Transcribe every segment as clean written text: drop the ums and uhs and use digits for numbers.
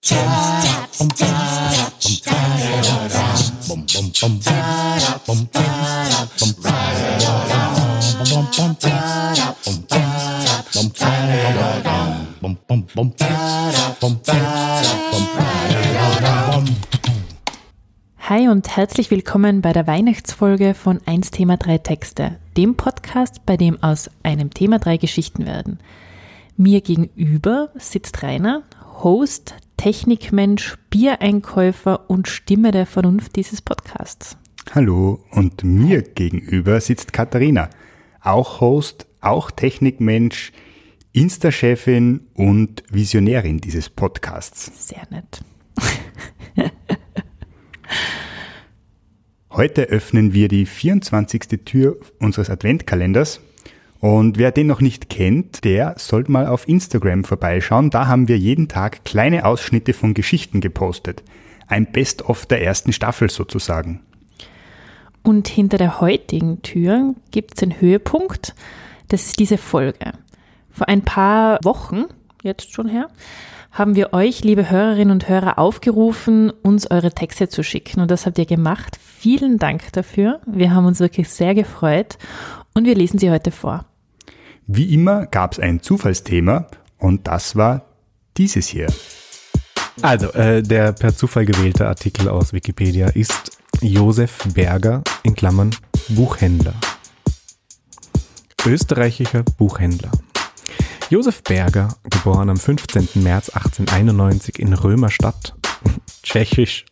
Hi und herzlich willkommen bei der Weihnachtsfolge von 1 Thema 3 Texte, dem Podcast, bei dem aus einem Thema 3 Geschichten werden. Mir gegenüber sitzt Rainer, Host, Technikmensch, Biereinkäufer und Stimme der Vernunft dieses Podcasts. Hallo, und mir gegenüber sitzt Katharina, auch Host, auch Technikmensch, Insta-Chefin und Visionärin dieses Podcasts. Sehr nett. Heute öffnen wir die 24. Tür unseres Adventkalenders. Und wer den noch nicht kennt, der sollte mal auf Instagram vorbeischauen. Da haben wir jeden Tag kleine Ausschnitte von Geschichten gepostet. Ein Best-of der ersten Staffel sozusagen. Und hinter der heutigen Tür gibt es den Höhepunkt. Das ist diese Folge. Vor ein paar Wochen, jetzt schon her, haben wir euch, liebe Hörerinnen und Hörer, aufgerufen, uns eure Texte zu schicken. Und das habt ihr gemacht. Vielen Dank dafür. Wir haben uns wirklich sehr gefreut und wir lesen sie heute vor. Wie immer gab es ein Zufallsthema und das war dieses hier. Also, der per Zufall gewählte Artikel aus Wikipedia ist Josef Berger, in Klammern Buchhändler. Österreichischer Buchhändler. Josef Berger, geboren am 15. März 1891 in Römerstadt, tschechisch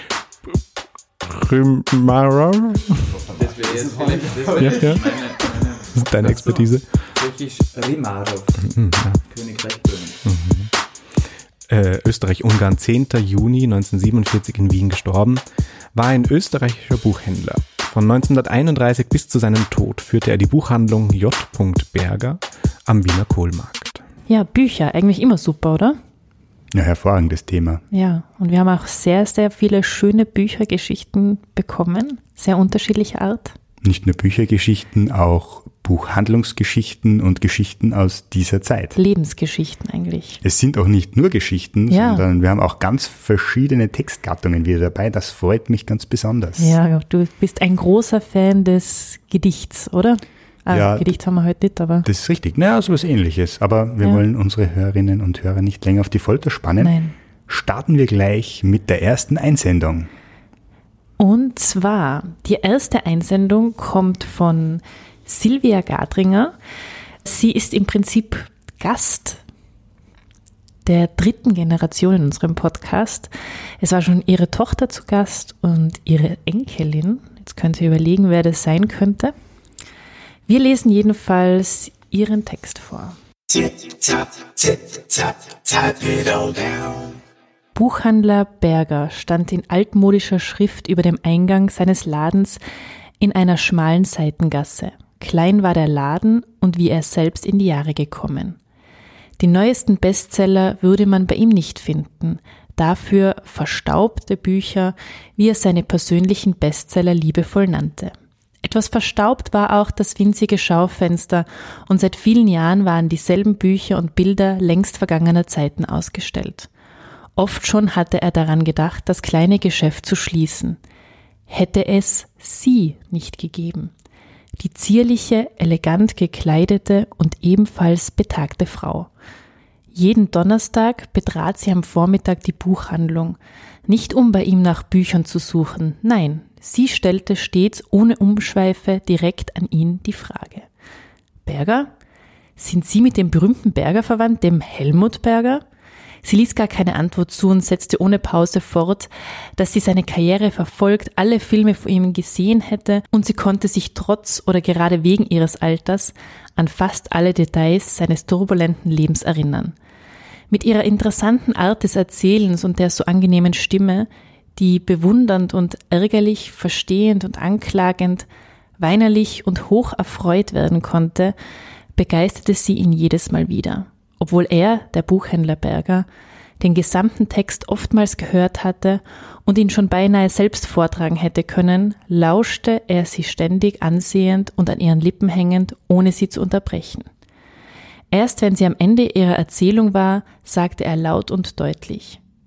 Römer. Ja. Das ist deine Expertise. Tschechisch Rimarov, Königreich Böhmen. Österreich-Ungarn, 10. Juni 1947 in Wien gestorben, war ein österreichischer Buchhändler. Von 1931 bis zu seinem Tod führte er die Buchhandlung J. Berger am Wiener Kohlmarkt. Ja, Bücher, eigentlich immer super, oder? Ja, hervorragendes Thema. Ja, und wir haben auch sehr, sehr viele schöne Büchergeschichten bekommen, sehr unterschiedlicher Art. Nicht nur Büchergeschichten, auch Buchhandlungsgeschichten und Geschichten aus dieser Zeit. Lebensgeschichten eigentlich. Es sind auch nicht nur Geschichten, Ja. sondern wir haben auch ganz verschiedene Textgattungen wieder dabei. Das freut mich ganz besonders. Ja, du bist ein großer Fan des Gedichts, oder? Ja. Gedicht haben wir heute nicht, aber Das ist richtig. Naja, so was Ähnliches. Aber wir wollen unsere Hörerinnen und Hörer nicht länger auf die Folter spannen. nein. Starten wir gleich mit der ersten Einsendung. Und zwar, die erste Einsendung kommt von Silvia Gadringer. Sie ist im Prinzip Gast der 3. Generation in unserem Podcast. Es war schon ihre Tochter zu Gast und ihre Enkelin. Jetzt könnt ihr überlegen, wer das sein könnte. Wir lesen jedenfalls ihren Text vor. Buchhandler Berger stand in altmodischer Schrift über dem Eingang seines Ladens in einer schmalen Seitengasse. Klein war der Laden und wie er selbst in die Jahre gekommen. Die neuesten Bestseller würde man bei ihm nicht finden, dafür verstaubte Bücher, wie er seine persönlichen Bestseller liebevoll nannte. Etwas verstaubt war auch das winzige Schaufenster und seit vielen Jahren waren dieselben Bücher und Bilder längst vergangener Zeiten ausgestellt. Oft schon hatte er daran gedacht, das kleine Geschäft zu schließen. Hätte es sie nicht gegeben. Die zierliche, elegant gekleidete und ebenfalls betagte Frau. Jeden Donnerstag betrat sie am Vormittag die Buchhandlung, nicht um bei ihm nach Büchern zu suchen, nein, sie stellte stets ohne Umschweife direkt an ihn die Frage. Berger? Sind Sie mit dem berühmten Berger verwandt, dem Helmut Berger? Sie ließ gar keine Antwort zu und setzte ohne Pause fort, dass sie seine Karriere verfolgt, alle Filme von ihm gesehen hätte und sie konnte sich trotz oder gerade wegen ihres Alters an fast alle Details seines turbulenten Lebens erinnern. Mit ihrer interessanten Art des Erzählens und der so angenehmen Stimme, die bewundernd und ärgerlich, verstehend und anklagend, weinerlich und hoch erfreut werden konnte, begeisterte sie ihn jedes Mal wieder. Obwohl er, der Buchhändler Berger, den gesamten Text oftmals gehört hatte und ihn schon beinahe selbst vortragen hätte können, lauschte er sie ständig ansehend und an ihren Lippen hängend, ohne sie zu unterbrechen. Erst wenn sie am Ende ihrer Erzählung war, sagte er laut und deutlich: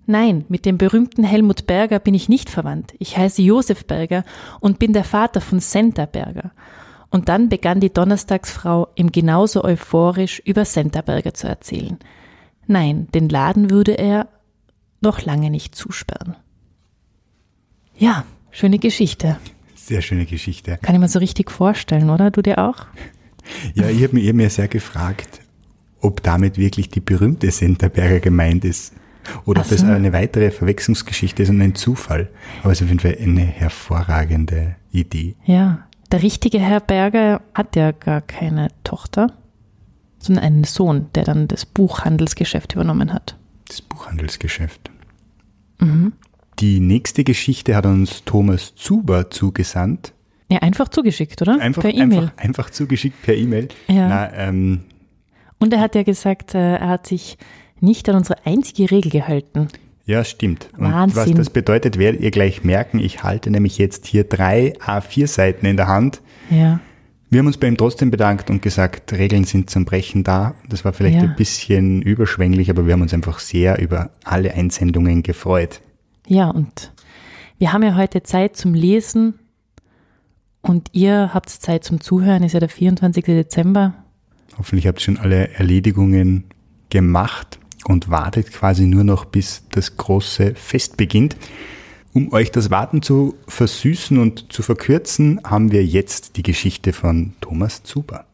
Nein, mit dem berühmten Helmut Berger bin ich nicht verwandt. Ich heiße Josef Berger und bin der Vater von Senta Berger. Und dann begann die Donnerstagsfrau, ihm genauso euphorisch über Senta Berger zu erzählen. Nein, den Laden würde er noch lange nicht zusperren. Ja, schöne Geschichte. Sehr schöne Geschichte. Kann ich mir so richtig vorstellen, oder? Du dir auch? Ja, ich habe mir sehr gefragt, ob damit wirklich die berühmte Senta Berger gemeint ist. Oder ob das eine weitere Verwechslungsgeschichte ist und ein Zufall. Aber es ist auf jeden Fall eine hervorragende Idee. Ja, der richtige Herr Berger hat ja gar keine Tochter, sondern einen Sohn, der dann das Buchhandelsgeschäft übernommen hat. Das Buchhandelsgeschäft. Mhm. Die nächste Geschichte hat uns Thomas Zuber zugesandt. Ja, einfach zugeschickt, oder? Per E-Mail. Einfach zugeschickt per E-Mail. Ja. Und er hat ja gesagt, er hat sich nicht an unsere einzige Regel gehalten. Ja, stimmt. Und Wahnsinn. was das bedeutet, werdet ihr gleich merken. Ich halte nämlich jetzt hier 3 A4-Seiten in der Hand. Ja. Wir haben uns bei ihm trotzdem bedankt und gesagt, Regeln sind zum Brechen da. Das war vielleicht ein bisschen überschwänglich, aber wir haben uns einfach sehr über alle Einsendungen gefreut. Ja, und wir haben ja heute Zeit zum Lesen und ihr habt Zeit zum Zuhören, ist ja der 24. Dezember. Hoffentlich habt ihr schon alle Erledigungen gemacht und wartet quasi nur noch, bis das große Fest beginnt. Um euch das Warten zu versüßen und zu verkürzen, haben wir jetzt die Geschichte von Thomas Zuber.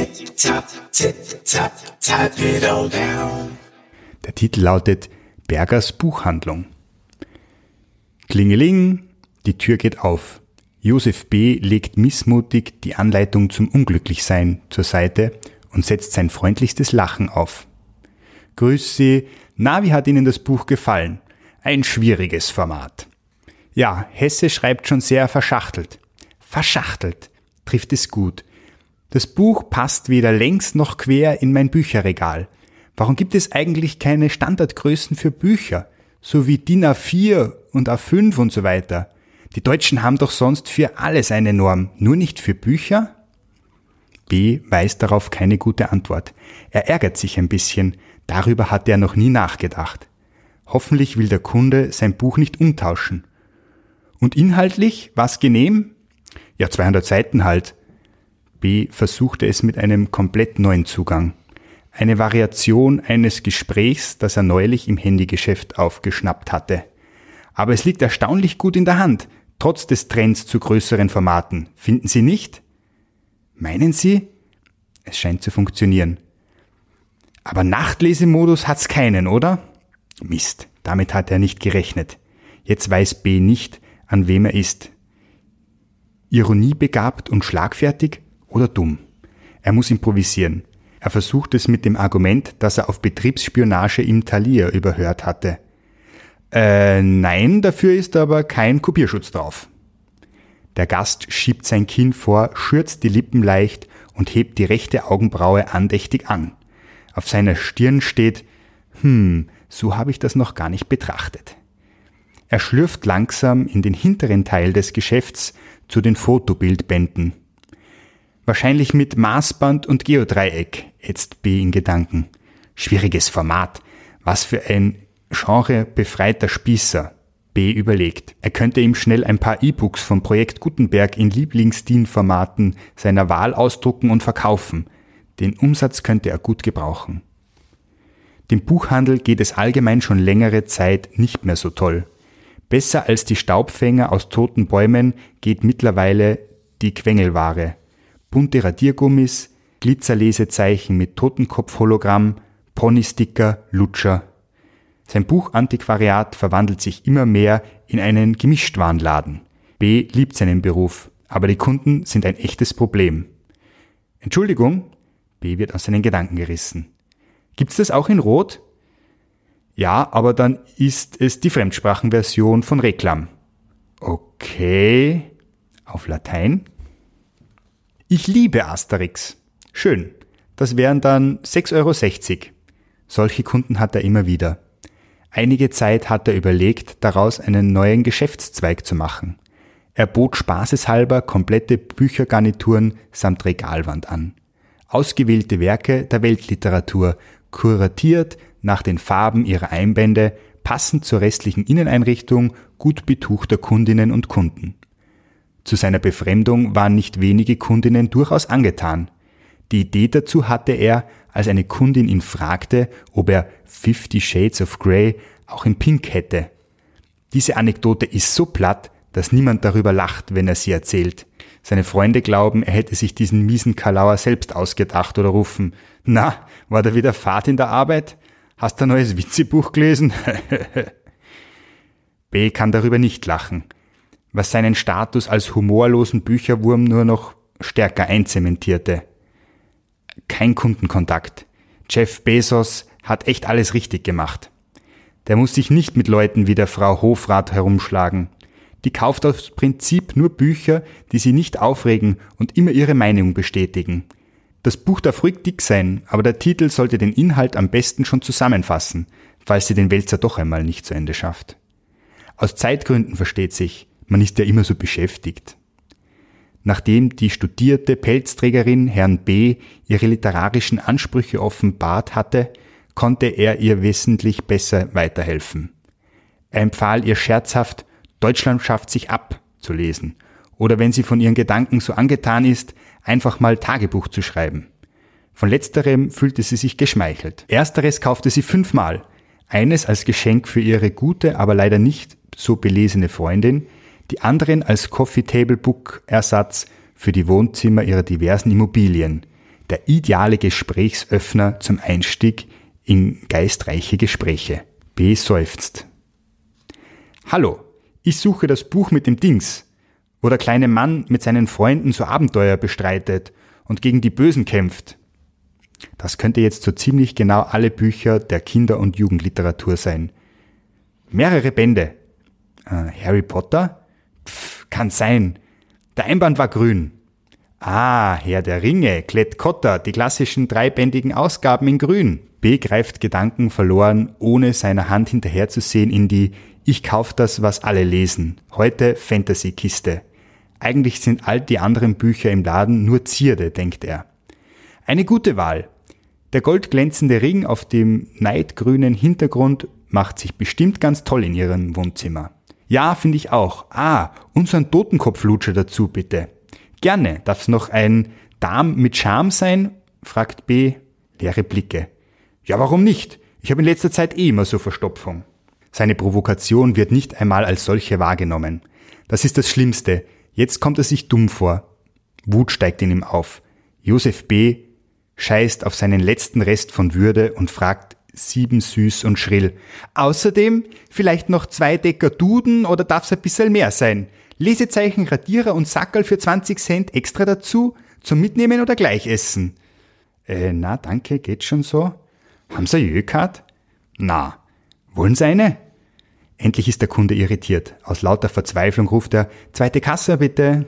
Der Titel lautet Bergers Buchhandlung. Klingeling, die Tür geht auf. Josef B. legt missmutig die Anleitung zum Unglücklichsein zur Seite und setzt sein freundlichstes Lachen auf. Grüß Sie, na, wie hat Ihnen das Buch gefallen? Ein schwieriges Format. Ja, Hesse schreibt schon sehr verschachtelt. Verschachtelt, trifft es gut. Das Buch passt weder längs noch quer in mein Bücherregal. Warum gibt es eigentlich keine Standardgrößen für Bücher? So wie DIN A4 und A5 und so weiter. Die Deutschen haben doch sonst für alles eine Norm, nur nicht für Bücher? B. weiß darauf keine gute Antwort. Er ärgert sich ein bisschen, darüber hat er noch nie nachgedacht. Hoffentlich will der Kunde sein Buch nicht umtauschen. Und inhaltlich, was genehm? Ja, 200 Seiten halt. B. versuchte es mit einem komplett neuen Zugang. Eine Variation eines Gesprächs, das er neulich im Handygeschäft aufgeschnappt hatte. Aber es liegt erstaunlich gut in der Hand, trotz des Trends zu größeren Formaten. Finden Sie nicht? Meinen Sie? Es scheint zu funktionieren. Aber Nachtlesemodus hat's keinen, oder? Mist, damit hat er nicht gerechnet. Jetzt weiß B nicht, an wem er ist. Ironiebegabt und schlagfertig oder dumm? Er muss improvisieren. Er versucht es mit dem Argument, dass er auf Betriebsspionage im Thalia überhört hatte. Nein, dafür ist aber kein Kopierschutz drauf. Der Gast schiebt sein Kinn vor, schürzt die Lippen leicht und hebt die rechte Augenbraue andächtig an. Auf seiner Stirn steht, so habe ich das noch gar nicht betrachtet. Er schlürft langsam in den hinteren Teil des Geschäfts zu den Fotobildbänden. Wahrscheinlich mit Maßband und Geodreieck, ätzt B. in Gedanken. Schwieriges Format. Was für ein genrebefreiter Spießer. B. überlegt. Er könnte ihm schnell ein paar E-Books vom Projekt Gutenberg in Lieblings-DIN-Formaten seiner Wahl ausdrucken und verkaufen. Den Umsatz könnte er gut gebrauchen. Dem Buchhandel geht es allgemein schon längere Zeit nicht mehr so toll. Besser als die Staubfänger aus toten Bäumen geht mittlerweile die Quengelware. Bunte Radiergummis, Glitzerlesezeichen mit Totenkopf-Hologramm, Ponysticker, Lutscher. Sein Buchantiquariat verwandelt sich immer mehr in einen Gemischtwarenladen. B. liebt seinen Beruf, aber die Kunden sind ein echtes Problem. Entschuldigung? B. wird aus seinen Gedanken gerissen. Gibt's das auch in Rot? Ja, aber dann ist es die Fremdsprachenversion von Reklam. Okay. Auf Latein? Ich liebe Asterix. Schön. Das wären dann 6,60 €. Solche Kunden hat er immer wieder. Einige Zeit hat er überlegt, daraus einen neuen Geschäftszweig zu machen. Er bot spaßeshalber komplette Büchergarnituren samt Regalwand an. Ausgewählte Werke der Weltliteratur, kuratiert nach den Farben ihrer Einbände, passend zur restlichen Inneneinrichtung gut betuchter Kundinnen und Kunden. Zu seiner Befremdung waren nicht wenige Kundinnen durchaus angetan. Die Idee dazu hatte er, als eine Kundin ihn fragte, ob er 50 Shades of Grey auch in Pink hätte. Diese Anekdote ist so platt, dass niemand darüber lacht, wenn er sie erzählt. Seine Freunde glauben, er hätte sich diesen miesen Kalauer selbst ausgedacht oder rufen: Na, war da wieder Fahrt in der Arbeit? Hast du ein neues Witzebuch gelesen? B. kann darüber nicht lachen, was seinen Status als humorlosen Bücherwurm nur noch stärker einzementierte. Kein Kundenkontakt. Jeff Bezos hat echt alles richtig gemacht. Der muss sich nicht mit Leuten wie der Frau Hofrat herumschlagen. Die kauft aus Prinzip nur Bücher, die sie nicht aufregen und immer ihre Meinung bestätigen. Das Buch darf ruhig dick sein, aber der Titel sollte den Inhalt am besten schon zusammenfassen, falls sie den Wälzer doch einmal nicht zu Ende schafft. Aus Zeitgründen versteht sich, man ist ja immer so beschäftigt. Nachdem die studierte Pelzträgerin Herrn B. ihre literarischen Ansprüche offenbart hatte, konnte er ihr wesentlich besser weiterhelfen. Er empfahl ihr scherzhaft, Deutschland schafft sich ab zu lesen oder wenn sie von ihren Gedanken so angetan ist, einfach mal Tagebuch zu schreiben. Von letzterem fühlte sie sich geschmeichelt. Ersteres kaufte sie 5-mal, eines als Geschenk für ihre gute, aber leider nicht so belesene Freundin, die anderen als Coffee-Table-Book-Ersatz für die Wohnzimmer ihrer diversen Immobilien, der ideale Gesprächsöffner zum Einstieg in geistreiche Gespräche. B. seufzt. Hallo, ich suche das Buch mit dem Dings, wo der kleine Mann mit seinen Freunden so Abenteuer bestreitet und gegen die Bösen kämpft. Das könnte jetzt so ziemlich genau alle Bücher der Kinder- und Jugendliteratur sein. Mehrere Bände. Harry Potter? Kann sein. Der Einband war grün. Ah, Herr der Ringe, Klett Cotta, die klassischen 3-bändigen Ausgaben in grün. B. greift gedankenverloren, ohne seiner Hand hinterherzusehen in die Ich kauf das, was alle lesen. Heute Fantasy-Kiste. Eigentlich sind all die anderen Bücher im Laden nur Zierde, denkt er. Eine gute Wahl. Der goldglänzende Ring auf dem neidgrünen Hintergrund macht sich bestimmt ganz toll in ihrem Wohnzimmer. Ja, finde ich auch. Ah, und so ein Totenkopflutscher dazu, bitte. Gerne. Darf's noch ein Darm mit Charme sein? Fragt B. Leere Blicke. Ja, warum nicht? Ich habe in letzter Zeit immer so Verstopfung. Seine Provokation wird nicht einmal als solche wahrgenommen. Das ist das Schlimmste. Jetzt kommt er sich dumm vor. Wut steigt in ihm auf. Josef B. scheißt auf seinen letzten Rest von Würde und fragt siebensüß und schrill. Außerdem vielleicht noch 2 Decker Duden oder darf's ein bisschen mehr sein? Lesezeichen, Radierer und Sackerl für 20 Cent extra dazu? Zum Mitnehmen oder gleich essen? Na, danke, geht schon so. Haben Sie eine Jöcard? Na, wollen Sie eine? Endlich ist der Kunde irritiert. Aus lauter Verzweiflung ruft er, 2. Kasse bitte.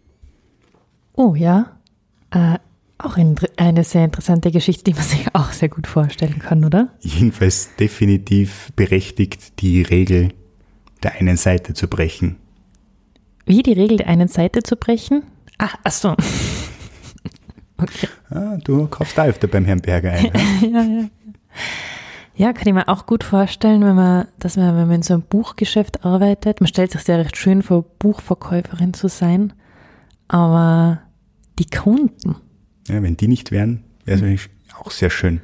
Oh ja, auch eine sehr interessante Geschichte, die man sich auch sehr gut vorstellen kann, oder? Jedenfalls definitiv berechtigt, die Regel der einen Seite zu brechen. Wie, die Regel der einen Seite zu brechen? Ach so. Okay. Ah, du kaufst da öfter beim Herrn Berger ein. Ja. Ja, kann ich mir auch gut vorstellen, wenn man in so einem Buchgeschäft arbeitet. Man stellt sich sehr recht schön vor, Buchverkäuferin zu sein, aber die Kunden. Ja, wenn die nicht wären, wäre es eigentlich auch sehr schön.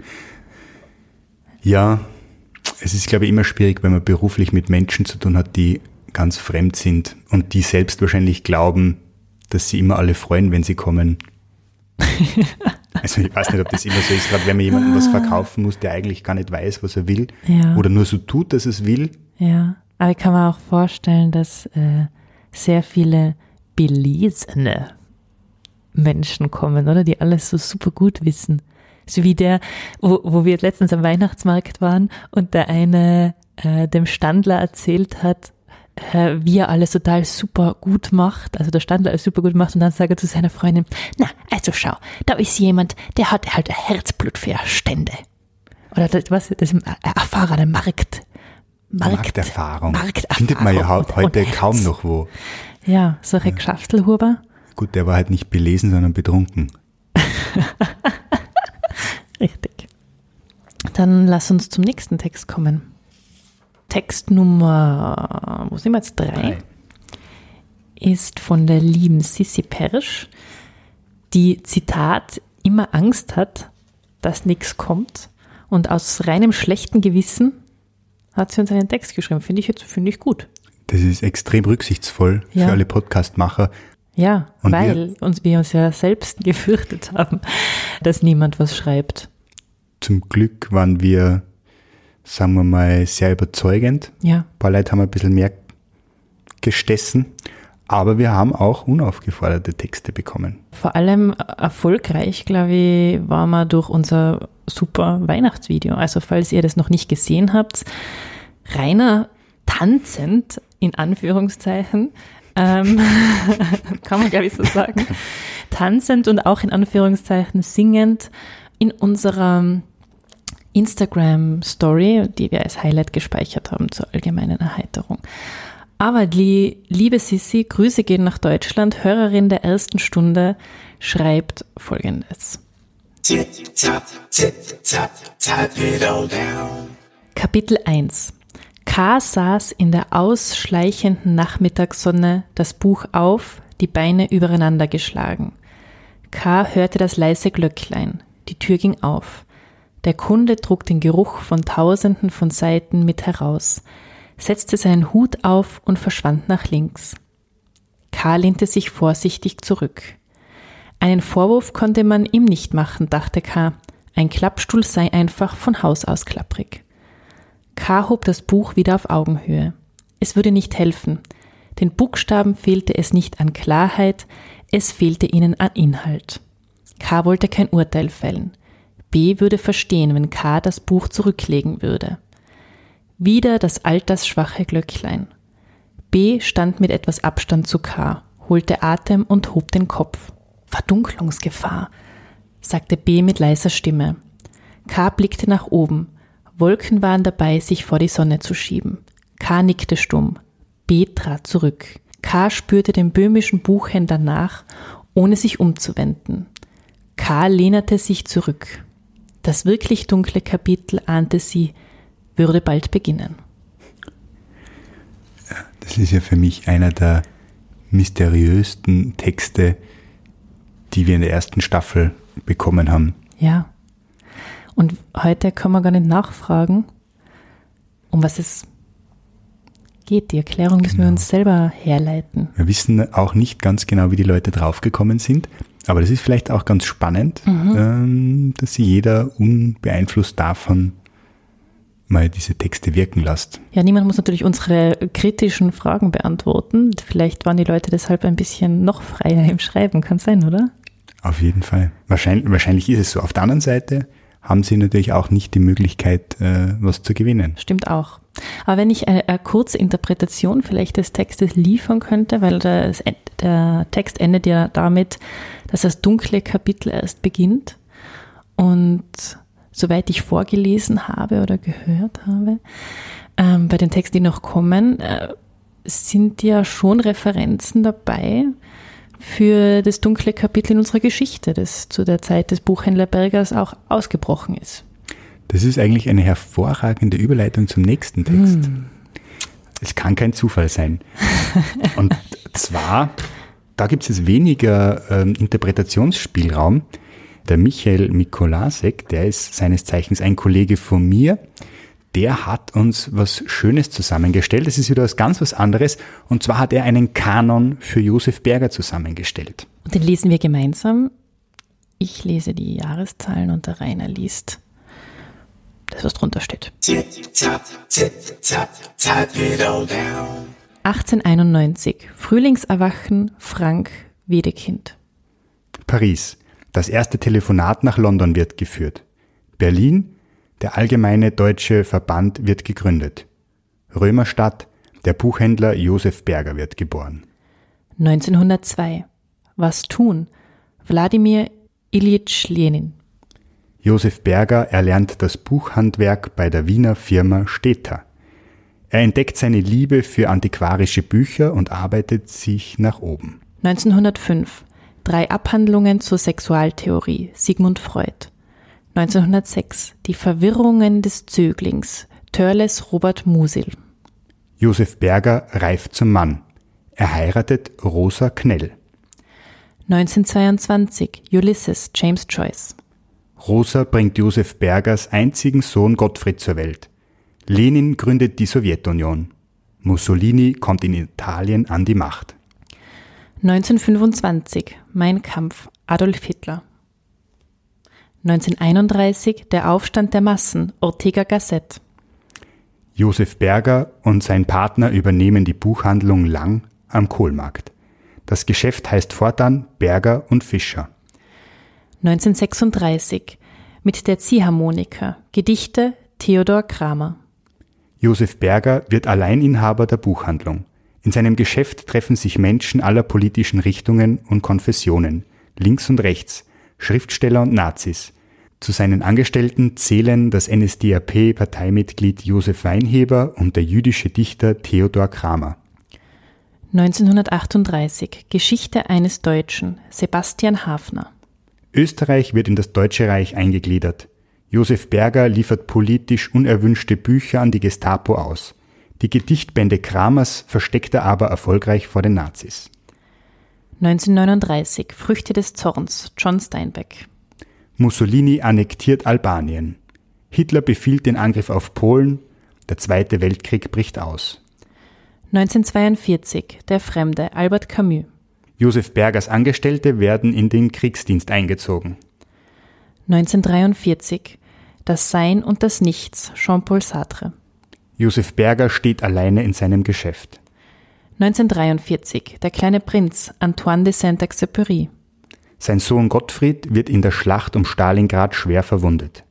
Ja, es ist, glaube ich, immer schwierig, wenn man beruflich mit Menschen zu tun hat, die ganz fremd sind und die selbst wahrscheinlich glauben, dass sie immer alle freuen, wenn sie kommen. Also ich weiß nicht, ob das immer so ist, gerade wenn man jemandem was verkaufen muss, der eigentlich gar nicht weiß, was er will, ja, oder nur so tut, dass es will. Ja, aber ich kann mir auch vorstellen, dass sehr viele belesene Menschen kommen, oder? Die alles so super gut wissen. So wie der, wo wir letztens am Weihnachtsmarkt waren und der eine dem Standler erzählt hat, wie er alles total super gut macht, also der Standler alles super gut macht, und dann sagt er zu seiner Freundin, na, also schau, da ist jemand, der hat halt ein Herzblut für Stände. Oder das ist eine erfahrene Markterfahrung. Findet man ja heute kaum noch wo. Ja, solche Geschäftelhuber. Gut, der war halt nicht belesen, sondern betrunken. Richtig. Dann lass uns zum nächsten Text kommen. Text Nummer, wo sind wir jetzt? 3. Ist von der lieben Sissi Persch, die, Zitat, immer Angst hat, dass nichts kommt. Und aus reinem schlechten Gewissen hat sie uns einen Text geschrieben. Finde ich gut. Das ist extrem rücksichtsvoll für alle Podcastmacher. Ja, und weil wir uns ja selbst gefürchtet haben, dass niemand was schreibt. Zum Glück waren wir, sagen wir mal, sehr überzeugend. Ja. Ein paar Leute haben ein bisschen mehr gestessen, aber wir haben auch unaufgeforderte Texte bekommen. Vor allem erfolgreich, glaube ich, waren wir durch unser super Weihnachtsvideo. Also falls ihr das noch nicht gesehen habt, Rainer tanzend, in Anführungszeichen, kann man glaube ich so sagen, tanzend und auch in Anführungszeichen singend in unserer Instagram-Story, die wir als Highlight gespeichert haben zur allgemeinen Erheiterung. Aber die liebe Sissi, Grüße gehen nach Deutschland, Hörerin der ersten Stunde, schreibt Folgendes. Kapitel 1. K. saß in der ausschleichenden Nachmittagssonne, das Buch auf, die Beine übereinander geschlagen. K. hörte das leise Glöcklein. Die Tür ging auf. Der Kunde trug den Geruch von Tausenden von Seiten mit heraus, setzte seinen Hut auf und verschwand nach links. K. lehnte sich vorsichtig zurück. Einen Vorwurf konnte man ihm nicht machen, dachte K. Ein Klappstuhl sei einfach von Haus aus klapprig. K. hob das Buch wieder auf Augenhöhe. Es würde nicht helfen. Den Buchstaben fehlte es nicht an Klarheit, es fehlte ihnen an Inhalt. K. wollte kein Urteil fällen. B. würde verstehen, wenn K. das Buch zurücklegen würde. Wieder das altersschwache Glöcklein. B. stand mit etwas Abstand zu K., holte Atem und hob den Kopf. Verdunklungsgefahr, sagte B. mit leiser Stimme. K. blickte nach oben. Wolken waren dabei, sich vor die Sonne zu schieben. K. nickte stumm. B. trat zurück. K. spürte dem böhmischen Buchhändler nach, ohne sich umzuwenden. K. lehnte sich zurück. Das wirklich dunkle Kapitel, ahnte sie, würde bald beginnen. Das ist ja für mich einer der mysteriösten Texte, die wir in der ersten Staffel bekommen haben. Ja. Und heute kann man gar nicht nachfragen, um was es geht. Die Erklärung müssen wir uns selber herleiten. Wir wissen auch nicht ganz genau, wie die Leute draufgekommen sind, aber das ist vielleicht auch ganz spannend, dass sie jeder unbeeinflusst davon mal diese Texte wirken lässt. Ja, niemand muss natürlich unsere kritischen Fragen beantworten. Vielleicht waren die Leute deshalb ein bisschen noch freier im Schreiben. Kann sein, oder? Auf jeden Fall. Wahrscheinlich ist es so. Auf der anderen Seite haben sie natürlich auch nicht die Möglichkeit, was zu gewinnen. Stimmt auch. Aber wenn ich eine kurze Interpretation vielleicht des Textes liefern könnte, weil der Text endet ja damit, dass das dunkle Kapitel erst beginnt. Und soweit ich vorgelesen habe oder gehört habe, bei den Texten, die noch kommen, sind ja schon Referenzen dabei für das dunkle Kapitel in unserer Geschichte, das zu der Zeit des Buchhändler Bergers auch ausgebrochen ist. Das ist eigentlich eine hervorragende Überleitung zum nächsten Text. Es kann kein Zufall sein. Und zwar, da gibt es jetzt weniger Interpretationsspielraum. Der Michael Mikolasek, der ist seines Zeichens ein Kollege von mir, der hat uns was Schönes zusammengestellt. Das ist wieder ganz was anderes. Und zwar hat er einen Kanon für Josef Berger zusammengestellt. Und den lesen wir gemeinsam. Ich lese die Jahreszahlen und der Rainer liest das, was drunter steht. 1891. Frühlingserwachen, Frank Wedekind. Paris. Das erste Telefonat nach London wird geführt. Berlin. Der Allgemeine Deutsche Verband wird gegründet. Römerstadt. Der Buchhändler Josef Berger wird geboren. 1902. Was tun? Wladimir Iljitsch Lenin. Josef Berger erlernt das Buchhandwerk bei der Wiener Firma Steter. Er entdeckt seine Liebe für antiquarische Bücher und arbeitet sich nach oben. 1905. 3 Abhandlungen zur Sexualtheorie, Sigmund Freud. 1906. Die Verwirrungen des Zöglings. Törles Robert Musil. Josef Berger reift zum Mann. Er heiratet Rosa Knell. 1922. Ulysses, James Joyce. Rosa bringt Josef Bergers einzigen Sohn Gottfried zur Welt. Lenin gründet die Sowjetunion. Mussolini kommt in Italien an die Macht. 1925. Mein Kampf. Adolf Hitler. 1931. Der Aufstand der Massen. Ortega Gasset. Josef Berger und sein Partner übernehmen die Buchhandlung Lang am Kohlmarkt. Das Geschäft heißt fortan Berger und Fischer. 1936. Mit der Ziehharmonika. Gedichte Theodor Kramer. Josef Berger wird Alleininhaber der Buchhandlung. In seinem Geschäft treffen sich Menschen aller politischen Richtungen und Konfessionen, links und rechts, Schriftsteller und Nazis. Zu seinen Angestellten zählen das NSDAP-Parteimitglied Josef Weinheber und der jüdische Dichter Theodor Kramer. 1938. Geschichte eines Deutschen. Sebastian Hafner. Österreich wird in das Deutsche Reich eingegliedert. Josef Berger liefert politisch unerwünschte Bücher an die Gestapo aus. Die Gedichtbände Kramers versteckt er aber erfolgreich vor den Nazis. 1939. Früchte des Zorns. John Steinbeck. Mussolini annektiert Albanien. Hitler befiehlt den Angriff auf Polen. Der Zweite Weltkrieg bricht aus. 1942. Der Fremde. Albert Camus. Josef Bergers Angestellte werden in den Kriegsdienst eingezogen. 1943. Das Sein und das Nichts. Jean-Paul Sartre. Josef Berger steht alleine in seinem Geschäft. 1943. Der kleine Prinz. Antoine de Saint-Exupéry. Sein Sohn Gottfried wird in der Schlacht um Stalingrad schwer verwundet.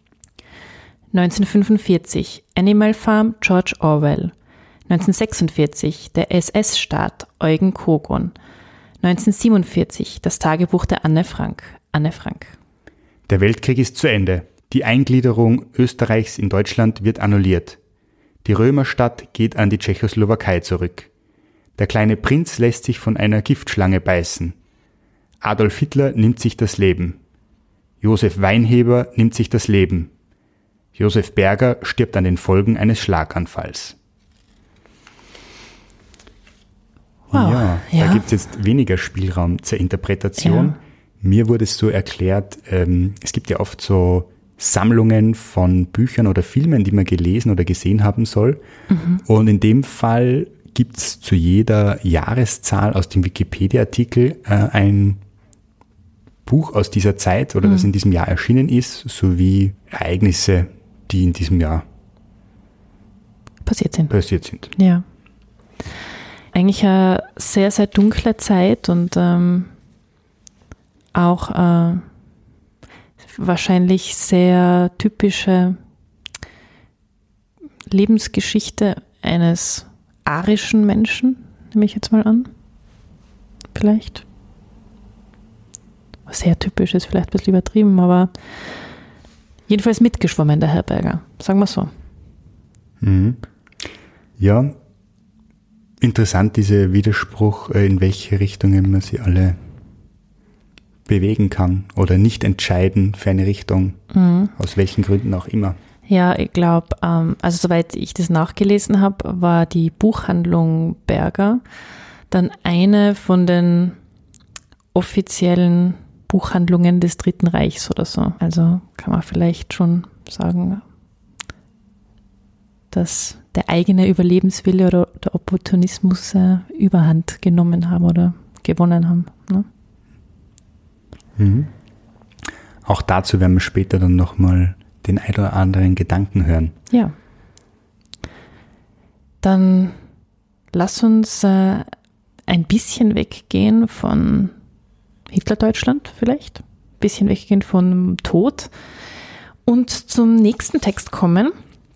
1945. Animal Farm. George Orwell. 1946. Der SS-Staat. Eugen Kogon. 1947. Das Tagebuch der Anne Frank. Anne Frank. Der Weltkrieg ist zu Ende. Die Eingliederung Österreichs in Deutschland wird annulliert. Die Römerstadt geht an die Tschechoslowakei zurück. Der kleine Prinz lässt sich von einer Giftschlange beißen. Adolf Hitler nimmt sich das Leben. Josef Weinheber nimmt sich das Leben. Josef Berger stirbt an den Folgen eines Schlaganfalls. Wow, Da gibt es jetzt weniger Spielraum zur Interpretation. Ja. Mir wurde es so erklärt, es gibt ja oft so Sammlungen von Büchern oder Filmen, die man gelesen oder gesehen haben soll. Mhm. Und in dem Fall gibt es zu jeder Jahreszahl aus dem Wikipedia-Artikel ein Buch aus dieser Zeit oder das in diesem Jahr erschienen ist, sowie Ereignisse, die in diesem Jahr passiert sind. Ja. Eigentlich eine sehr, sehr dunkle Zeit und auch wahrscheinlich sehr typische Lebensgeschichte eines arischen Menschen, nehme ich jetzt mal an. Vielleicht. Sehr typisch ist vielleicht ein bisschen übertrieben, aber jedenfalls mitgeschwommen, der Herr Berger. Sagen wir so. Mhm. Ja, interessant dieser Widerspruch, in welche Richtungen man sie alle bewegen kann oder nicht entscheiden für eine Richtung, aus welchen Gründen auch immer. Ja, ich glaube, also soweit ich das nachgelesen habe, war die Buchhandlung Berger dann eine von den offiziellen Buchhandlungen des Dritten Reichs oder so. Also kann man vielleicht schon sagen, dass der eigene Überlebenswille oder der Opportunismus Überhand genommen haben oder gewonnen haben. Ne? Mhm. Auch dazu werden wir später dann nochmal den ein oder anderen Gedanken hören. Ja. Dann lass uns ein bisschen weggehen von Hitlerdeutschland vielleicht, ein bisschen weggehen vom Tod und zum nächsten Text kommen.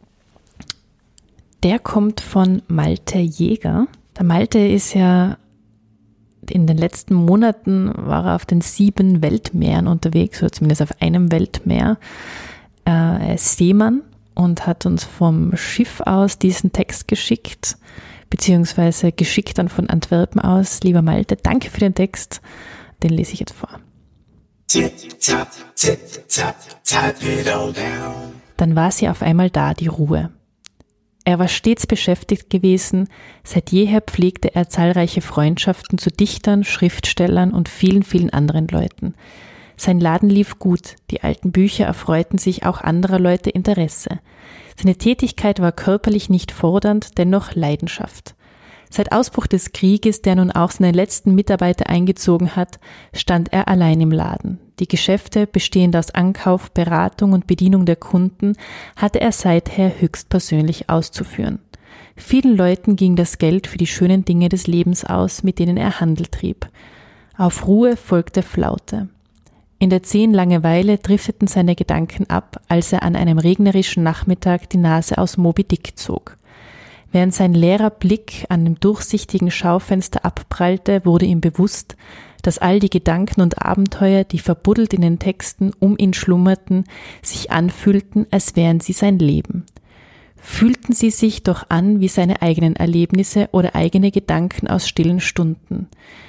Der kommt von Malte Jäger. Der Malte ist ja in den letzten Monaten war er auf den 7 Weltmeeren unterwegs, oder zumindest auf einem Weltmeer. Er ist Seemann und hat uns vom Schiff aus diesen Text geschickt, beziehungsweise geschickt dann von Antwerpen aus. Lieber Malte, danke für den Text. Den lese ich jetzt vor. Tip-tap, tip-tap, tap it all down. Dann war sie auf einmal da, die Ruhe. Er war stets beschäftigt gewesen, seit jeher pflegte er zahlreiche Freundschaften zu Dichtern, Schriftstellern und vielen, vielen anderen Leuten. Sein Laden lief gut, die alten Bücher erfreuten sich auch anderer Leute Interesse. Seine Tätigkeit war körperlich nicht fordernd, dennoch Leidenschaft. Seit Ausbruch des Krieges, der nun auch seine letzten Mitarbeiter eingezogen hat, stand er allein im Laden. Die Geschäfte, bestehend aus Ankauf, Beratung und Bedienung der Kunden, hatte er seither höchstpersönlich auszuführen. Vielen Leuten ging das Geld für die schönen Dinge des Lebens aus, mit denen er Handel trieb. Auf Ruhe folgte Flaute. In der zähen Langeweile drifteten seine Gedanken ab, als er an einem regnerischen Nachmittag die Nase aus Moby Dick zog. Während sein leerer Blick an dem durchsichtigen Schaufenster abprallte, wurde ihm bewusst, dass all die Gedanken und Abenteuer, die verbuddelt in den Texten um ihn schlummerten, sich anfühlten, als wären sie sein Leben. Fühlten sie sich doch an wie seine eigenen Erlebnisse oder eigene Gedanken aus stillen Stunden.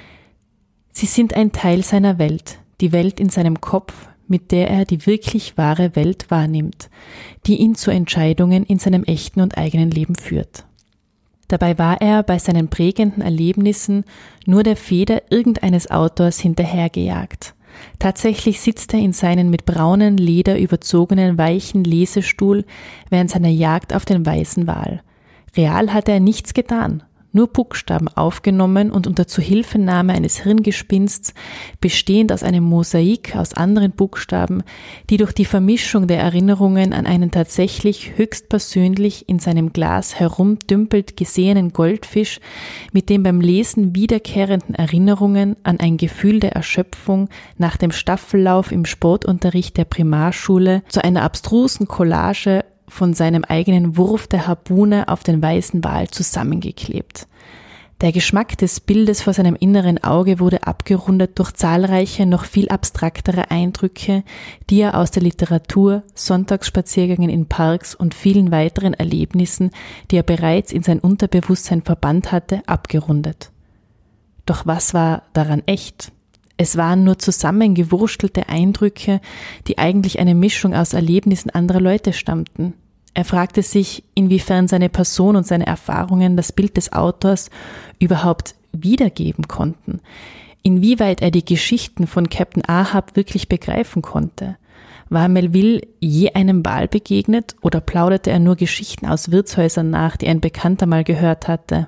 Sie sind ein Teil seiner Welt, die Welt in seinem Kopf, mit der er die wirklich wahre Welt wahrnimmt, die ihn zu Entscheidungen in seinem echten und eigenen Leben führt. Dabei war er bei seinen prägenden Erlebnissen nur der Feder irgendeines Autors hinterhergejagt. Tatsächlich sitzt er in seinen mit braunen Leder überzogenen weichen Lesestuhl während seiner Jagd auf den weißen Wal. Real hatte er nichts getan, nur Buchstaben aufgenommen und unter Zuhilfenahme eines Hirngespinsts, bestehend aus einem Mosaik aus anderen Buchstaben, die durch die Vermischung der Erinnerungen an einen tatsächlich höchstpersönlich in seinem Glas herumdümpelt gesehenen Goldfisch mit den beim Lesen wiederkehrenden Erinnerungen an ein Gefühl der Erschöpfung nach dem Staffellauf im Sportunterricht der Primarschule zu einer abstrusen Collage von seinem eigenen Wurf der Harpune auf den weißen Wal zusammengeklebt. Der Geschmack des Bildes vor seinem inneren Auge wurde abgerundet durch zahlreiche, noch viel abstraktere Eindrücke, die er aus der Literatur, Sonntagsspaziergängen in Parks und vielen weiteren Erlebnissen, die er bereits in sein Unterbewusstsein verbannt hatte, abgerundet. Doch was war daran echt? Es waren nur zusammengewurstelte Eindrücke, die eigentlich eine Mischung aus Erlebnissen anderer Leute stammten. Er fragte sich, inwiefern seine Person und seine Erfahrungen das Bild des Autors überhaupt wiedergeben konnten, inwieweit er die Geschichten von Captain Ahab wirklich begreifen konnte. War Melville je einem Wal begegnet oder plauderte er nur Geschichten aus Wirtshäusern nach, die ein Bekannter mal gehört hatte?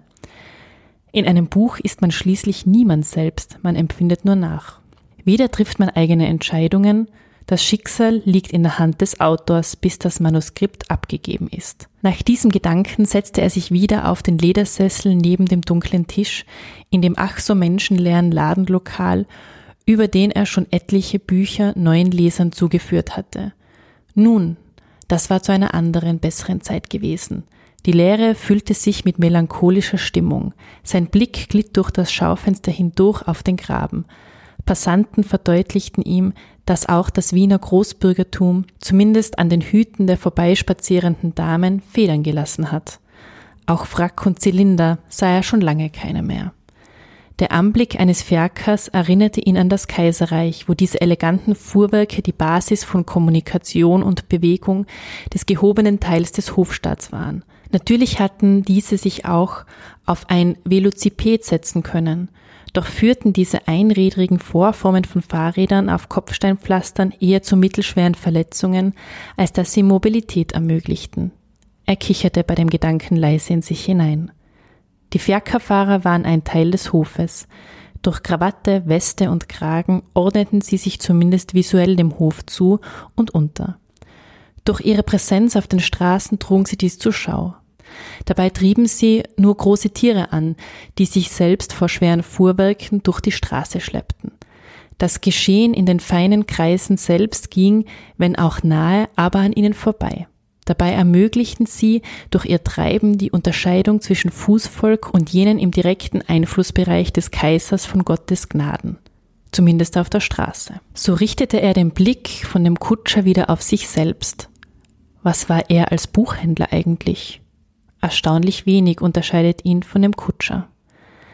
In einem Buch ist man schließlich niemand selbst, man empfindet nur nach. Weder trifft man eigene Entscheidungen, das Schicksal liegt in der Hand des Autors, bis das Manuskript abgegeben ist. Nach diesem Gedanken setzte er sich wieder auf den Ledersessel neben dem dunklen Tisch in dem ach so menschenleeren Ladenlokal, über den er schon etliche Bücher neuen Lesern zugeführt hatte. Nun, das war zu einer anderen, besseren Zeit gewesen. Die Leere füllte sich mit melancholischer Stimmung. Sein Blick glitt durch das Schaufenster hindurch auf den Graben. Passanten verdeutlichten ihm, dass auch das Wiener Großbürgertum, zumindest an den Hüten der vorbeispazierenden Damen, Federn gelassen hat. Auch Frack und Zylinder sah er schon lange keine mehr. Der Anblick eines Fiakers erinnerte ihn an das Kaiserreich, wo diese eleganten Fuhrwerke die Basis von Kommunikation und Bewegung des gehobenen Teils des Hofstaats waren. Natürlich hatten diese sich auch auf ein Velociped setzen können, doch führten diese einrädrigen Vorformen von Fahrrädern auf Kopfsteinpflastern eher zu mittelschweren Verletzungen, als dass sie Mobilität ermöglichten. Er kicherte bei dem Gedanken leise in sich hinein. Die Fiakerfahrer waren ein Teil des Hofes. Durch Krawatte, Weste und Kragen ordneten sie sich zumindest visuell dem Hof zu und unter. Durch ihre Präsenz auf den Straßen trugen sie dies zur Schau. Dabei trieben sie nur große Tiere an, die sich selbst vor schweren Fuhrwerken durch die Straße schleppten. Das Geschehen in den feinen Kreisen selbst ging, wenn auch nahe, aber an ihnen vorbei. Dabei ermöglichten sie durch ihr Treiben die Unterscheidung zwischen Fußvolk und jenen im direkten Einflussbereich des Kaisers von Gottes Gnaden. Zumindest auf der Straße. So richtete er den Blick von dem Kutscher wieder auf sich selbst. Was war er als Buchhändler eigentlich? Erstaunlich wenig unterscheidet ihn von dem Kutscher.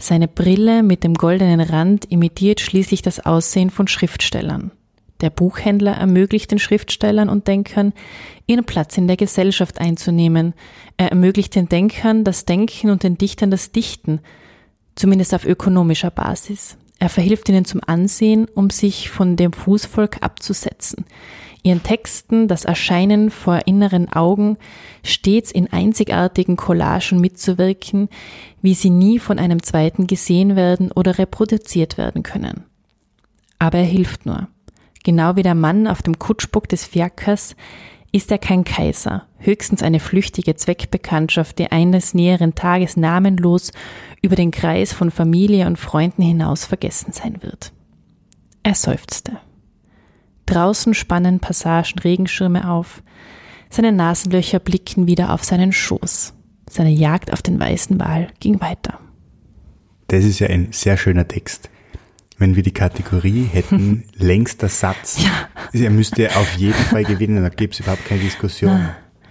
Seine Brille mit dem goldenen Rand imitiert schließlich das Aussehen von Schriftstellern. Der Buchhändler ermöglicht den Schriftstellern und Denkern, ihren Platz in der Gesellschaft einzunehmen. Er ermöglicht den Denkern das Denken und den Dichtern das Dichten, zumindest auf ökonomischer Basis. Er verhilft ihnen zum Ansehen, um sich von dem Fußvolk abzusetzen. Ihren Texten das Erscheinen vor inneren Augen, stets in einzigartigen Collagen mitzuwirken, wie sie nie von einem Zweiten gesehen werden oder reproduziert werden können. Aber er hilft nur. Genau wie der Mann auf dem Kutschbock des Fiakers ist er kein Kaiser, höchstens eine flüchtige Zweckbekanntschaft, die eines näheren Tages namenlos über den Kreis von Familie und Freunden hinaus vergessen sein wird. Er seufzte. Draußen spannen Passagen Regenschirme auf, seine Nasenlöcher blickten wieder auf seinen Schoß. Seine Jagd auf den weißen Wal ging weiter. Das ist ja ein sehr schöner Text. Wenn wir die Kategorie hätten, längster Satz, er müsste auf jeden Fall gewinnen, da gibt es überhaupt keine Diskussion.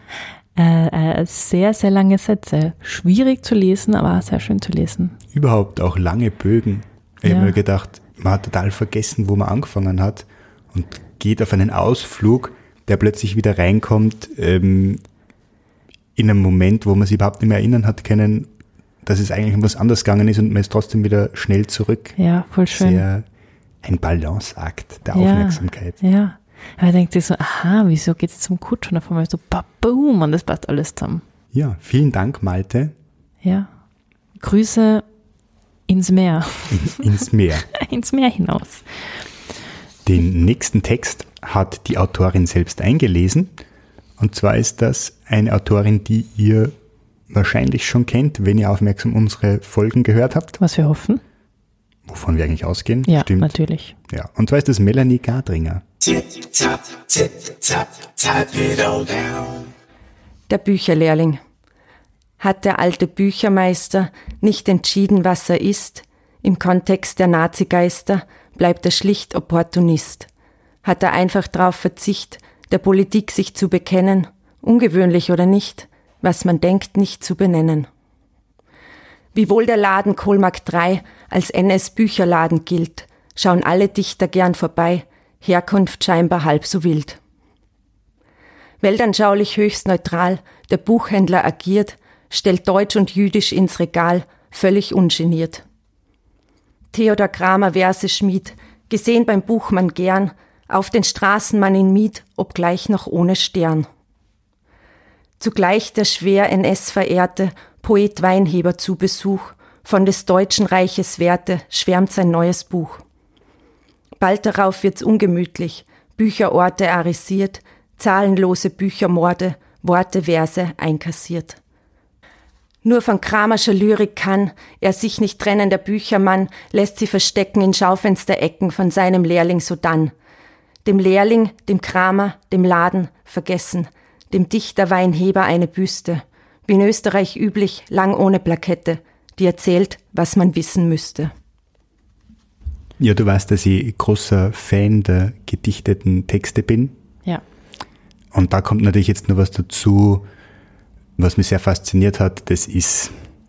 Sehr, sehr lange Sätze. Schwierig zu lesen, aber sehr schön zu lesen. Überhaupt auch lange Bögen. Ich habe mir gedacht, man hat total vergessen, wo man angefangen hat und geht auf einen Ausflug, der plötzlich wieder reinkommt, in einem Moment, wo man sich überhaupt nicht mehr erinnern hat können, dass es eigentlich um was anderes gegangen ist und man ist trotzdem wieder schnell zurück. Ja, voll schön. Sehr ein Balanceakt der Aufmerksamkeit. Ja. Aber man denkt sich so, aha, wieso geht es zum Kutsch? Und auf einmal so, boom, und das passt alles zusammen. Ja, vielen Dank, Malte. Ja. Grüße ins Meer. Ins Meer. Ins Meer hinaus. Den nächsten Text hat die Autorin selbst eingelesen. Und zwar ist das eine Autorin, die ihr wahrscheinlich schon kennt, wenn ihr aufmerksam unsere Folgen gehört habt. Was wir hoffen. Wovon wir eigentlich ausgehen. Ja, stimmt. Natürlich. Ja, und zwar ist das Melanie Gardringer. Tip, tap, tap it all down. Der Bücherlehrling. Hat der alte Büchermeister nicht entschieden, was er ist? Im Kontext der Nazigeister bleibt er schlicht Opportunist. Hat er einfach drauf Verzicht, der Politik sich zu bekennen, ungewöhnlich oder nicht, was man denkt, nicht zu benennen. Wiewohl der Laden Kohlmarkt 3 als NS-Bücherladen gilt, schauen alle Dichter gern vorbei, Herkunft scheinbar halb so wild. Weltanschaulich höchst neutral, der Buchhändler agiert, stellt Deutsch und Jüdisch ins Regal, völlig ungeniert. Theodor Kramer Verse schmied, gesehen beim Buchmann gern, auf den Straßen man ihn mied, obgleich noch ohne Stern. Zugleich der schwer NS-verehrte Poet Weinheber zu Besuch, von des Deutschen Reiches Werte schwärmt sein neues Buch. Bald darauf wird's ungemütlich, Bücherorte arisiert, zahlenlose Büchermorde, Worte, Verse einkassiert. Nur von Kramerscher Lyrik kann er sich nicht trennen, der Büchermann lässt sie verstecken in Schaufensterecken von seinem Lehrling sodann. Dem Lehrling, dem Kramer, dem Laden vergessen, dem Dichter Weinheber eine Büste, wie in Österreich üblich, lang ohne Plakette, die erzählt, was man wissen müsste. Ja, du weißt, dass ich großer Fan der gedichteten Texte bin. Ja. Und da kommt natürlich jetzt noch was dazu, was mich sehr fasziniert hat. Das ist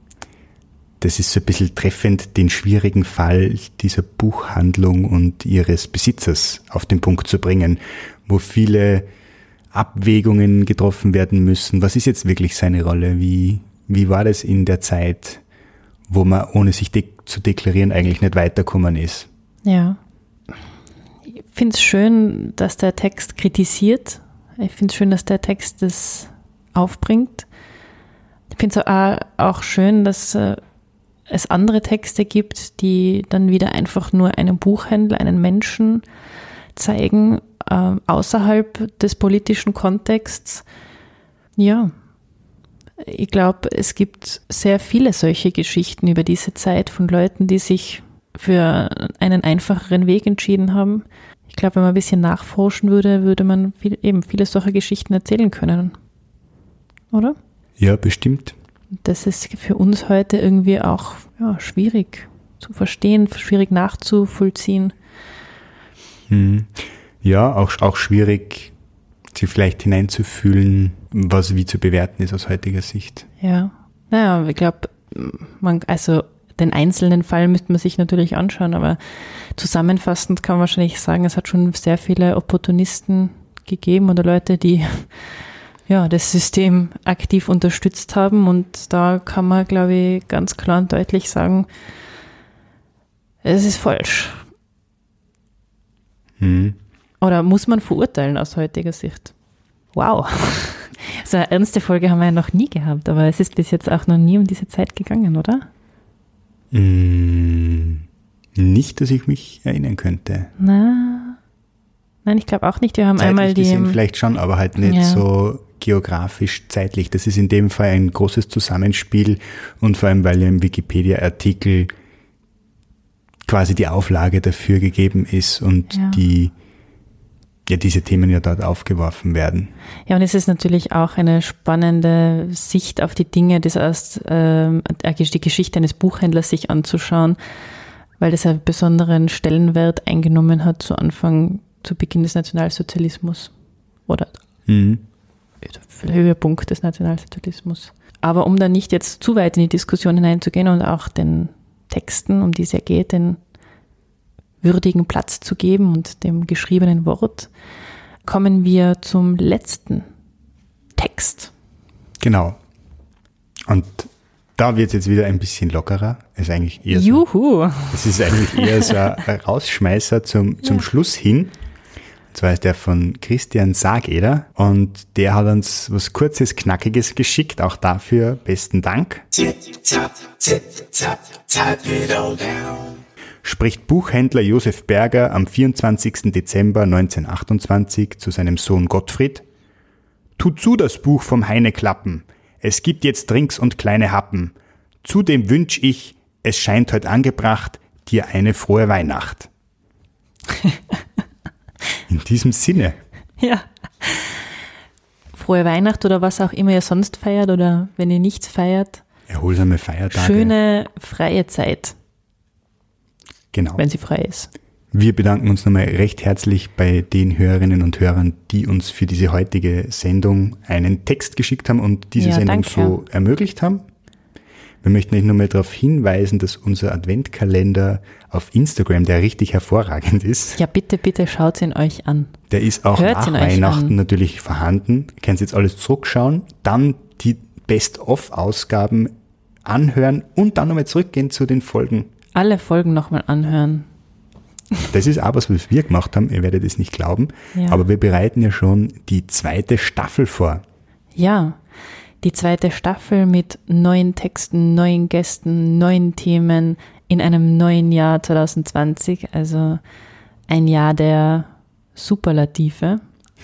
so ein bisschen treffend, den schwierigen Fall dieser Buchhandlung und ihres Besitzers auf den Punkt zu bringen, wo viele Abwägungen getroffen werden müssen. Was ist jetzt wirklich seine Rolle? Wie war das in der Zeit, wo man, ohne sich zu deklarieren, eigentlich nicht weitergekommen ist? Ja. Ich finde es schön, dass der Text kritisiert. Ich finde es schön, dass der Text das aufbringt. Ich finde es auch schön, dass es andere Texte gibt, die dann wieder einfach nur einen Buchhändler, einen Menschen zeigen, außerhalb des politischen Kontexts. Ja, ich glaube, es gibt sehr viele solche Geschichten über diese Zeit von Leuten, die sich für einen einfacheren Weg entschieden haben. Ich glaube, wenn man ein bisschen nachforschen würde, würde man viele solcher Geschichten erzählen können. Oder? Ja, bestimmt. Das ist für uns heute irgendwie auch schwierig zu verstehen, schwierig nachzuvollziehen. Ja, auch schwierig, sich vielleicht hineinzufühlen, was wie zu bewerten ist aus heutiger Sicht. Ja, naja, ich glaube, der Den einzelnen Fall müsste man sich natürlich anschauen, aber zusammenfassend kann man wahrscheinlich sagen, es hat schon sehr viele Opportunisten gegeben oder Leute, die ja das System aktiv unterstützt haben, und da kann man, glaube ich, ganz klar und deutlich sagen, es ist falsch. Oder muss man verurteilen aus heutiger Sicht? Wow. So eine ernste Folge haben wir ja noch nie gehabt, aber es ist bis jetzt auch noch nie um diese Zeit gegangen, oder? Nicht, dass ich mich erinnern könnte. Nein, ich glaube auch nicht. Wir haben zeitlich einmal gesehen vielleicht schon, aber halt nicht so geografisch zeitlich. Das ist in dem Fall ein großes Zusammenspiel, und vor allem, weil ja im Wikipedia-Artikel quasi die Auflage dafür gegeben ist und diese Themen ja dort aufgeworfen werden. Ja, und es ist natürlich auch eine spannende Sicht auf die Dinge, das erst die Geschichte eines Buchhändlers sich anzuschauen, weil das einen besonderen Stellenwert eingenommen hat zu Beginn des Nationalsozialismus oder Höhepunkt des Nationalsozialismus. Aber um da nicht jetzt zu weit in die Diskussion hineinzugehen und auch den Texten, um die es ja geht, den würdigen Platz zu geben und dem geschriebenen Wort, kommen wir zum letzten Text. Genau. Und da wird es jetzt wieder ein bisschen lockerer. Es ist eigentlich eher so ein Rausschmeißer zum Schluss hin. Und zwar ist der von Christian Sageder, und der hat uns was Kurzes, Knackiges geschickt. Auch dafür besten Dank. Tip, tap, tap it all down. Spricht Buchhändler Josef Berger am 24. Dezember 1928 zu seinem Sohn Gottfried: Tut zu das Buch vom Heine Klappen. Es gibt jetzt Drinks und kleine Happen. Zudem wünsch ich, es scheint heut angebracht, dir eine frohe Weihnacht. In diesem Sinne. Ja. Frohe Weihnacht oder was auch immer ihr sonst feiert, oder wenn ihr nichts feiert. Erholsame Feiertage. Schöne freie Zeit. Genau. Wenn sie frei ist. Wir bedanken uns nochmal recht herzlich bei den Hörerinnen und Hörern, die uns für diese heutige Sendung einen Text geschickt haben und diese Sendung so ermöglicht haben. Wir möchten euch nochmal darauf hinweisen, dass unser Adventkalender auf Instagram, der richtig hervorragend ist. Ja, bitte, bitte schaut ihn euch an. Der ist auch nach Weihnachten natürlich vorhanden. Ihr könnt jetzt alles zurückschauen, dann die Best-of-Ausgaben anhören und dann nochmal zurückgehen zu den Folgen. Alle Folgen nochmal anhören. Das ist auch was wir gemacht haben, ihr werdet es nicht glauben, aber wir bereiten ja schon die 2. Staffel vor. Ja, die 2. Staffel mit neuen Texten, neuen Gästen, neuen Themen in einem neuen Jahr 2020, also ein Jahr der Superlative.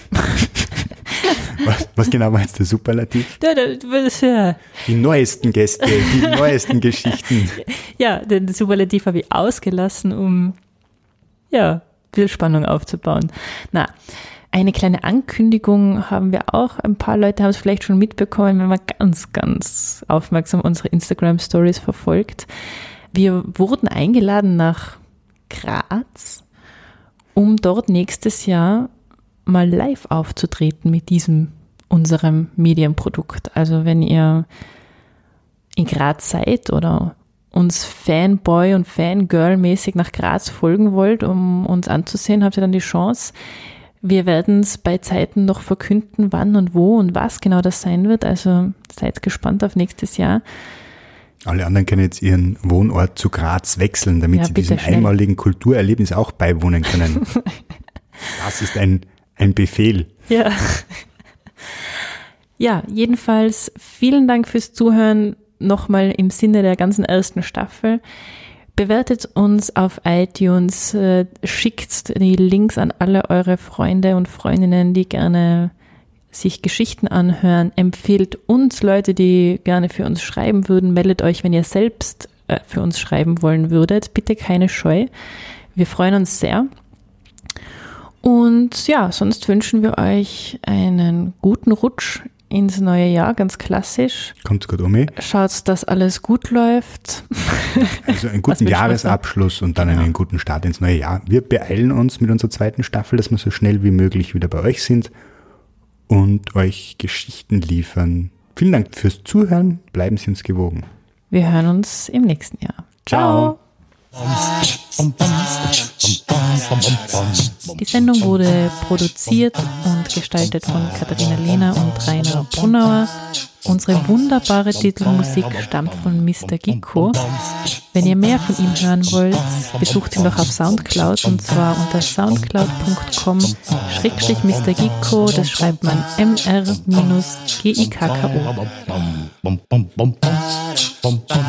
Was genau meinst du, Superlativ? Die neuesten Gäste, die neuesten Geschichten. Ja, den Superlativ habe ich ausgelassen, um ein bisschen Spannung aufzubauen. Eine kleine Ankündigung haben wir auch. Ein paar Leute haben es vielleicht schon mitbekommen, wenn man ganz, ganz aufmerksam unsere Instagram-Stories verfolgt. Wir wurden eingeladen nach Graz, um dort nächstes Jahr mal live aufzutreten mit unserem Medienprodukt. Also wenn ihr in Graz seid oder uns Fanboy und Fangirl-mäßig nach Graz folgen wollt, um uns anzusehen, habt ihr dann die Chance. Wir werden es bei Zeiten noch verkünden, wann und wo und was genau das sein wird. Also seid gespannt auf nächstes Jahr. Alle anderen können jetzt ihren Wohnort zu Graz wechseln, damit sie diesem einmaligen Kulturerlebnis auch beiwohnen können. Das ist ein Befehl. Ja. Ja, jedenfalls vielen Dank fürs Zuhören. Nochmal im Sinne der ganzen ersten Staffel. Bewertet uns auf iTunes, schickt die Links an alle eure Freunde und Freundinnen, die gerne sich Geschichten anhören. Empfehlt uns Leute, die gerne für uns schreiben würden. Meldet euch, wenn ihr selbst für uns schreiben wollen würdet. Bitte keine Scheu. Wir freuen uns sehr. Und ja, sonst wünschen wir euch einen guten Rutsch ins neue Jahr, ganz klassisch. Kommt's gut um. Schaut, dass alles gut läuft. Also einen guten Jahresabschluss und dann einen guten Start ins neue Jahr. Wir beeilen uns mit unserer 2. Staffel, dass wir so schnell wie möglich wieder bei euch sind und euch Geschichten liefern. Vielen Dank fürs Zuhören. Bleiben Sie uns gewogen. Wir hören uns im nächsten Jahr. Ciao. Die Sendung wurde produziert und gestaltet von Katharina Lehner und Rainer Brunauer. Unsere wunderbare Titelmusik stammt von Mr. Gikko. Wenn ihr mehr von ihm hören wollt, besucht ihn doch auf Soundcloud, und zwar unter soundcloud.com/Mr. Gikko. Das schreibt man MR-GIKKO.